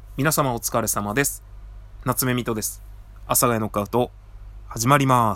皆様お疲れ様です。夏目みとです。阿佐ヶ谷ノックアウト始まります。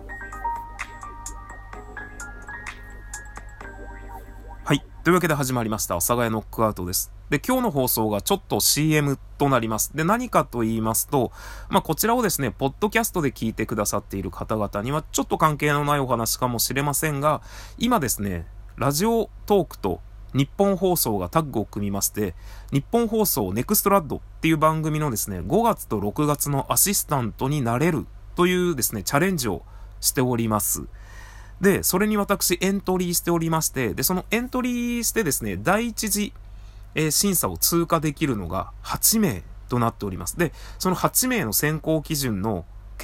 はい。というわけで始まりました。阿佐ヶ谷ノックアウトです。で、今日の放送がちょっと CM となります。で、何かと言いますと、こちらをですね、ポッドキャストで聞いてくださっている方々にはちょっと関係のないお話かもしれませんが、今ですね、ラジオトークと日本放送がタッグを組みまして、日本放送ネクストラッドっていう番組のですね、5月と6月のアシスタントになれるというですね、チャレンジをしております。で、それに私エントリーしておりまして、で、そのエントリーしてですね、第一次、審査を通過できるのが8名となっております。で、その8名の選考基準が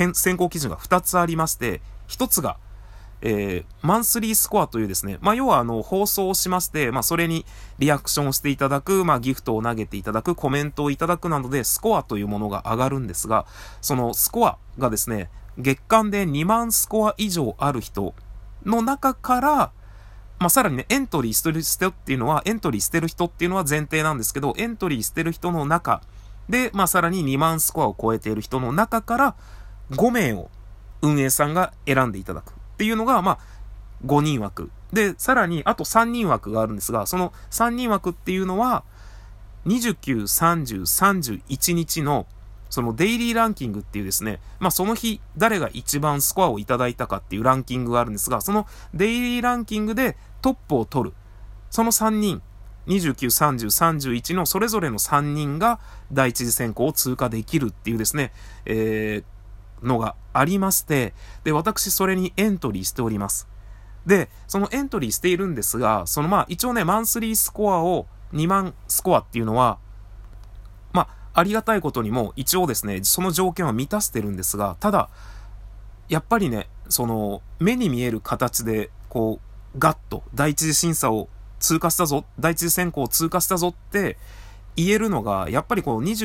2つありまして、1つが、マンスリースコアというですね、要は放送をしまして、それにリアクションをしていただく、ギフトを投げていただく、コメントをいただくなどでスコアというものが上がるんですが、そのスコアがですね、月間で2万スコア以上ある人の中から、さらにね、エントリーしてる人っていうのは前提なんですけど、エントリーしてる人の中で、さらに2万スコアを超えている人の中から5名を運営さんが選んでいただくっていうのが、5人枠。で、さらにあと3人枠があるんですが、その3人枠っていうのは、29、30、31日のそのデイリーランキングっていうですね、その日誰が一番スコアをいただいたかっていうランキングがあるんですが、そのデイリーランキングでトップを取る。その3人、29、30、31のそれぞれの3人が第一次選考を通過できるっていうですね、のがありまして、で、私それにエントリーしております。で、そのエントリーしているんですが、一応ね、マンスリースコアを2万スコアっていうのは、ありがたいことにも一応ですね、その条件は満たしてるんですが、ただ、やっぱりね、目に見える形で、ガッと、第一次審査を通過したぞ、第一次選考を通過したぞって言えるのが、やっぱり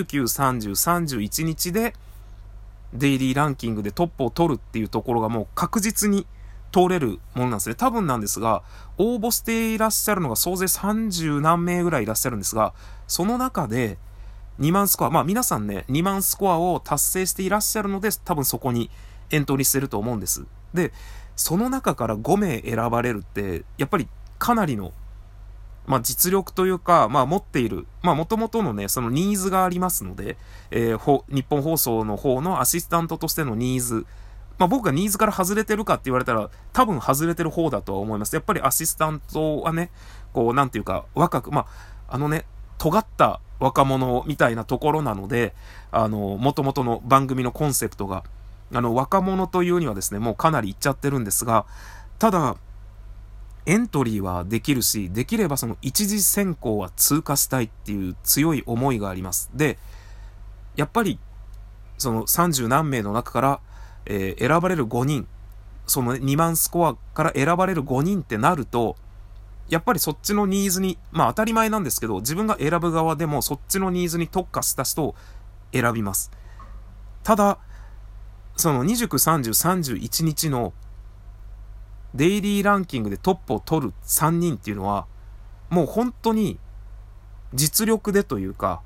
29、30、31日で、デイリーランキングでトップを取るっていうところがもう確実に通れるものなんですね。多分なんですが、応募していらっしゃるのが総勢30何名ぐらいいらっしゃるんですが、その中で、2万スコア、皆さんね、2万スコアを達成していらっしゃるので、多分そこにエントリーしてると思うんです。で、その中から5名選ばれるって、やっぱりかなりの、実力というか、持っている、元々のね、そのニーズがありますので、日本放送の方のアシスタントとしてのニーズ、僕がニーズから外れてるかって言われたら、多分外れてる方だとは思います。やっぱりアシスタントはね、なんていうか、若く、尖った若者みたいなところなので、元々の番組のコンセプトが、若者というにはですね、もうかなりいっちゃってるんですが、ただ、エントリーはできるし、できればその一次選考は通過したいっていう強い思いがあります。で、やっぱり、その30何名の中から、選ばれる5人、その2万スコアから選ばれる5人ってなると、やっぱりそっちのニーズに、当たり前なんですけど、自分が選ぶ側でもそっちのニーズに特化した人を選びます。ただ、その29、30、31日のデイリーランキングでトップを取る3人っていうのは、もう本当に実力でというか、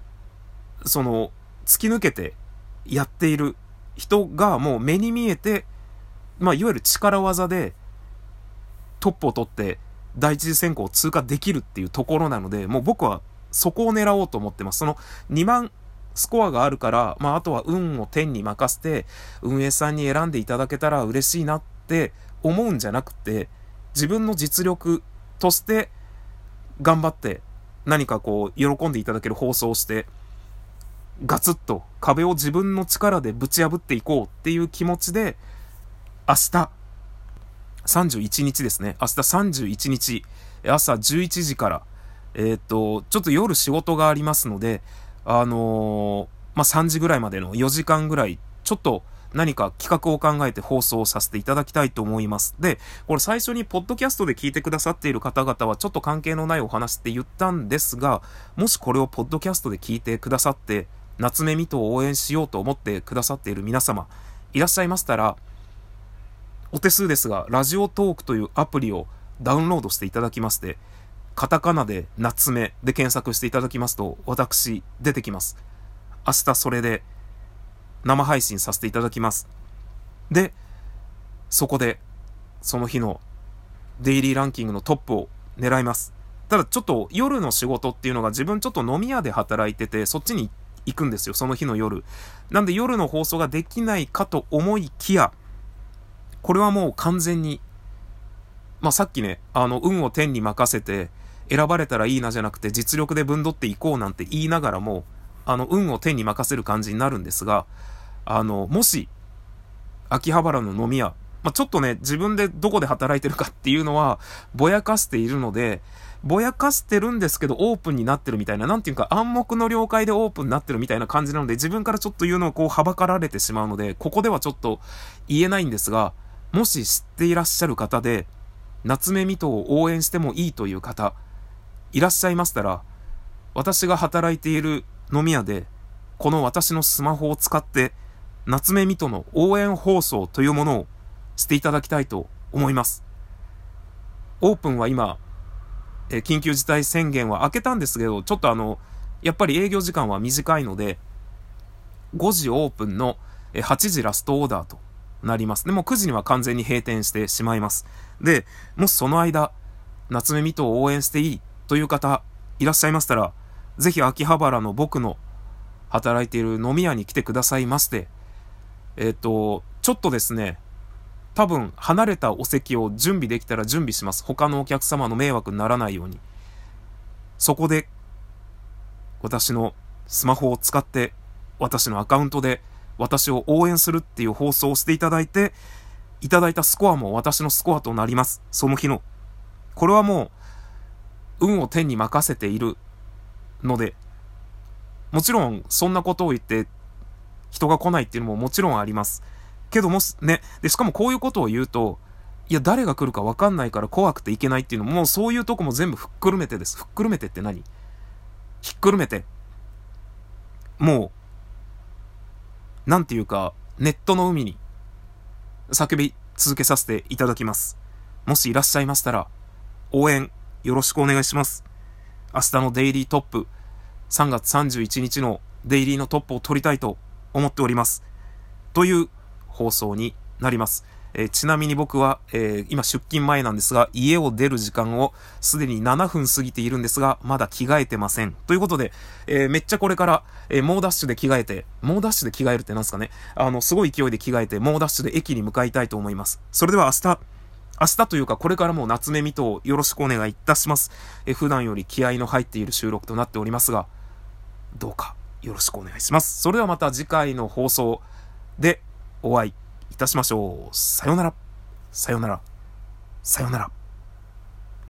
突き抜けてやっている人がもう目に見えて、いわゆる力技でトップを取って、第一次選考を通過できるっていうところなので、もう僕はそこを狙おうと思ってます。その2万スコアがあるから、あとは運を天に任せて、運営さんに選んでいただけたら嬉しいなって思うんじゃなくて、自分の実力として頑張って、何か喜んでいただける放送をして、ガツッと壁を自分の力でぶち破っていこうっていう気持ちで、明日、31日ですね。明日31日、朝11時から、ちょっと夜仕事がありますので、3時ぐらいまでの4時間ぐらい、ちょっと何か企画を考えて放送させていただきたいと思います。で、これ最初にポッドキャストで聞いてくださっている方々はちょっと関係のないお話って言ったんですが、もしこれをポッドキャストで聞いてくださって、夏目みとを応援しようと思ってくださっている皆様、いらっしゃいましたら、お手数ですが、ラジオトークというアプリをダウンロードしていただきまして、 カタカナで夏目で検索していただきますと、私出てきます。明日それで生配信させていただきます。で、そこでその日のデイリーランキングのトップを狙います。ただちょっと夜の仕事っていうのが自分ちょっと飲み屋で働いてて、そっちに行くんですよ、その日の夜。なんで夜の放送ができないかと思いきや、これはもう完全に、さっきね、運を天に任せて選ばれたらいいなじゃなくて実力でぶんどっていこうなんて言いながらも、運を天に任せる感じになるんですが、もし、秋葉原の飲み屋、ちょっとね、自分でどこで働いてるかっていうのは、ぼやかしているので、ぼやかしてるんですけど、オープンになってるみたいな、なんていうか、暗黙の了解でオープンになってるみたいな感じなので、自分からちょっと言うのをはばかられてしまうので、ここではちょっと言えないんですが、もし知っていらっしゃる方で、夏目水戸を応援してもいいという方、いらっしゃいましたら、私が働いている飲み屋で、この私のスマホを使って、夏目水戸の応援放送というものをしていただきたいと思います。オープンは今、緊急事態宣言は明けたんですけど、ちょっとやっぱり営業時間は短いので、5時オープンの8時ラストオーダーとなります。でも9時には完全に閉店してしまいます。で、もしその間、夏目水戸を応援していいという方いらっしゃいましたら、ぜひ秋葉原の僕の働いている飲み屋に来てくださいまして、ちょっとですね、多分離れたお席を準備できたら準備します。他のお客様の迷惑にならないように。そこで私のスマホを使って私のアカウントで私を応援するっていう放送をしていただいて、いただいたスコアも私のスコアとなります。その日の。これはもう運を天に任せているので、もちろんそんなことを言って人が来ないっていうのももちろんあります。けどもね、で、しかもこういうことを言うと、いや、誰が来るか分かんないから怖くていけないっていうのも、もうそういうとこも全部ふっくるめてです。ふっくるめてって何？ひっくるめて。もう、なんていうか、ネットの海に叫び続けさせていただきます。もしいらっしゃいましたら、応援よろしくお願いします。明日のデイリートップ、3月31日のデイリーのトップを取りたいと思っております。という放送になります。ちなみに僕は、今出勤前なんですが、家を出る時間をすでに7分過ぎているんですが、まだ着替えてません。ということで、めっちゃこれから、猛ダッシュで着替えて、猛ダッシュで着替えるってなんですかね。すごい勢いで着替えて、猛ダッシュで駅に向かいたいと思います。それでは明日というかこれからも夏目水戸をよろしくお願いいたします。普段より気合の入っている収録となっておりますが、どうかよろしくお願いします。それではまた次回の放送でお会いいたしましょう。さようなら。さようなら。さようなら。